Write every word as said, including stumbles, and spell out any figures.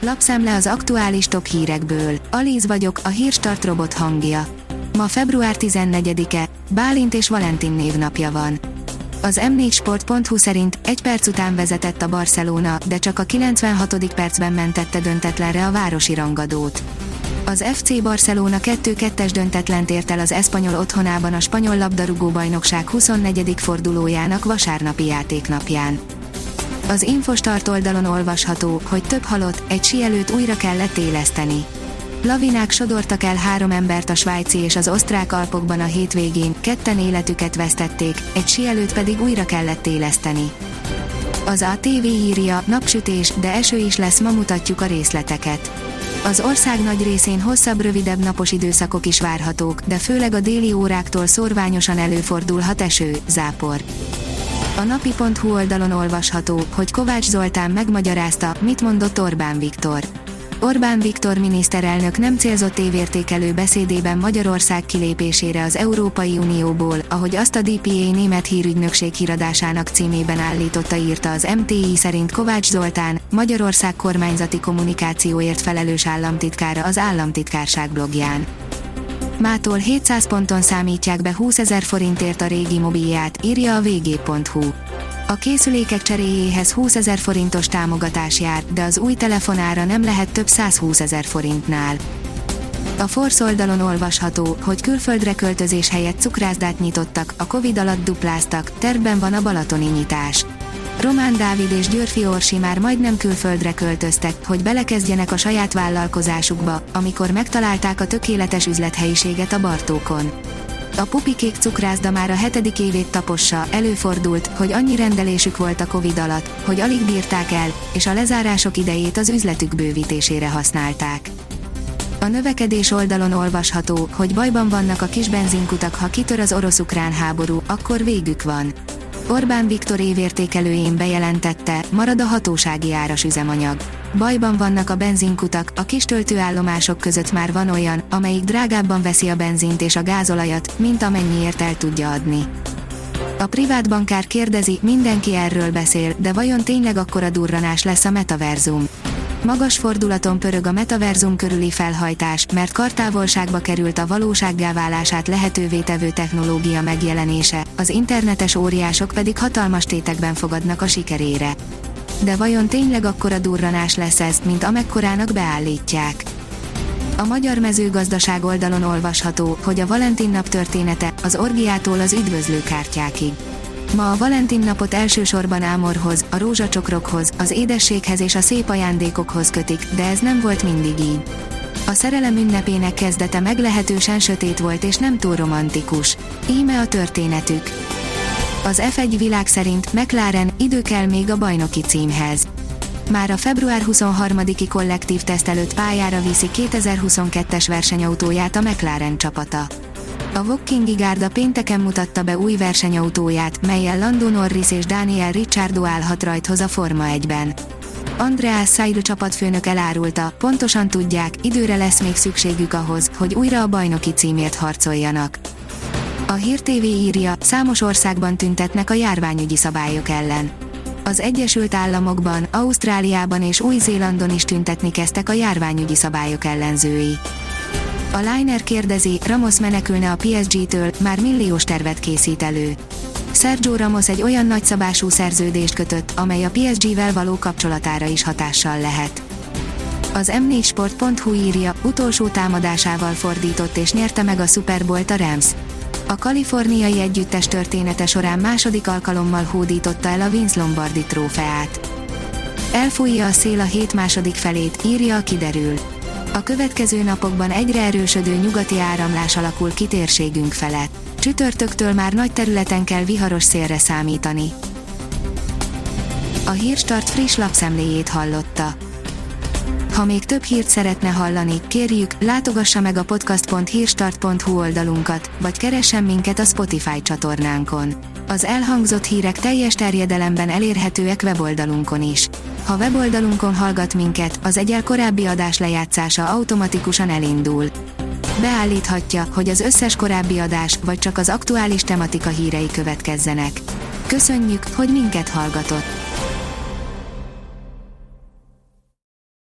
Lapszemle az aktuális top hírekből. Alíz vagyok, a Hírstart robot hangja. Ma február tizennegyedike, Bálint és Valentin névnapja van. Az em négy sport pont hu szerint egy perc után vezetett a Barcelona, de csak a kilencvenhatodik percben mentette döntetlenre a városi rangadót. Az ef cé Barcelona kettő kettes döntetlent ért el az Espanyol otthonában a spanyol labdarúgó-bajnokság huszonnegyedik fordulójának vasárnapi játéknapján. Az Infostart oldalon olvasható, hogy több halott, egy síelőt újra kellett éleszteni. Lavinák sodortak el három embert a svájci és az osztrák Alpokban a hétvégén, ketten életüket vesztették, egy síelőt pedig újra kellett éleszteni. Az á té vé írja, napsütés, de eső is lesz, ma mutatjuk a részleteket. Az ország nagy részén hosszabb-rövidebb napos időszakok is várhatók, de főleg a déli óráktól szórványosan előfordulhat eső, zápor. A napi pont hu oldalon olvasható, hogy Kovács Zoltán megmagyarázta, mit mondott Orbán Viktor. Orbán Viktor miniszterelnök nem célzott évértékelő beszédében Magyarország kilépésére az Európai Unióból, ahogy azt a dé pé á német hírügynökség híradásának címében állította, írta az em té i szerint Kovács Zoltán, Magyarország kormányzati kommunikációért felelős államtitkára az államtitkárság blogján. Mától hétszáz ponton számítják be húszezer forintért a régi mobilját, írja a vé gé pont hu. A készülékek cseréjéhez húszezer forintos támogatás jár, de az új telefonára nem lehet több százhúszezer forintnál. A Force oldalon olvasható, hogy külföldre költözés helyett cukrászdát nyitottak, a Covid alatt dupláztak, tervben van a balatoni nyitás. Román Dávid és Györfi Orsi már majdnem külföldre költöztek, hogy belekezdjenek a saját vállalkozásukba, amikor megtalálták a tökéletes üzlethelyiséget a Bartókon. A pupikék cukrászda már a hetedik évét tapossa, előfordult, hogy annyi rendelésük volt a Covid alatt, hogy alig bírták el, és a lezárások idejét az üzletük bővítésére használták. A növekedés oldalon olvasható, hogy bajban vannak a kis benzinkutak, ha kitör az orosz-ukrán háború, akkor végük van. Orbán Viktor évértékelőjén bejelentette, marad a hatósági áras üzemanyag. Bajban vannak a benzinkutak, a kis töltőállomások között már van olyan, amelyik drágábban veszi a benzint és a gázolajat, mint amennyiért el tudja adni. A privát bankár kérdezi, mindenki erről beszél, de vajon tényleg akkora durranás lesz a metaverzum? Magas fordulaton pörög a metaverzum körüli felhajtás, mert kartávolságba került a valósággá válását lehetővé tevő technológia megjelenése, az internetes óriások pedig hatalmas tétekben fogadnak a sikerére. De vajon tényleg akkora durranás lesz ez, mint amekkorának beállítják? A Magyar Mezőgazdaság oldalon olvasható, hogy a Valentin nap története, az orgiától az üdvözlőkártyákig. Ma a Valentin napot elsősorban ámorhoz, a rózsacsokrokhoz, az édességhez és a szép ajándékokhoz kötik, de ez nem volt mindig így. A szerelem ünnepének kezdete meglehetősen sötét volt és nem túl romantikus. Íme a történetük. Az ef egy világ szerint McLaren, idő kell még a bajnoki címhez. Már a február huszonharmadiki kollektív teszt előtt pályára viszi kétezer-huszonkettes versenyautóját a McLaren csapata. A Wokingi gárda pénteken mutatta be új versenyautóját, mellyel Lando Norris és Daniel Ricciardo állhat rajthoz a Forma egyben. Andreas Seidl csapatfőnök elárulta, pontosan tudják, időre lesz még szükségük ahhoz, hogy újra a bajnoki címért harcoljanak. A Hír té vé írja, számos országban tüntetnek a járványügyi szabályok ellen. Az Egyesült Államokban, Ausztráliában és Új-Zélandon is tüntetni kezdtek a járványügyi szabályok ellenzői. A Liner kérdezi, Ramos menekülne a pé es gé-től, már milliós tervet készít elő. Sergio Ramos egy olyan nagyszabású szerződést kötött, amely a pé es gé-vel való kapcsolatára is hatással lehet. Az em négy sport pont hu írja, utolsó támadásával fordított és nyerte meg a Super Bowl-t a Rams. A kaliforniai együttes története során második alkalommal hódította el a Vince Lombardi trófeát. Elfújja a szél a hét második felét, írja a Kiderül. A következő napokban egyre erősödő nyugati áramlás alakul ki térségünk felett. Csütörtöktől már nagy területen kell viharos szélre számítani. A Hírstart friss lapszemléjét hallotta. Ha még több hírt szeretne hallani, kérjük, látogassa meg a podcast pont hírstart pont hu oldalunkat, vagy keressen minket a Spotify csatornánkon. Az elhangzott hírek teljes terjedelemben elérhetőek weboldalunkon is. Ha weboldalunkon hallgat minket, az egyel korábbi adás lejátszása automatikusan elindul. Beállíthatja, hogy az összes korábbi adás, vagy csak az aktuális tematika hírei következzenek. Köszönjük, hogy minket hallgatott!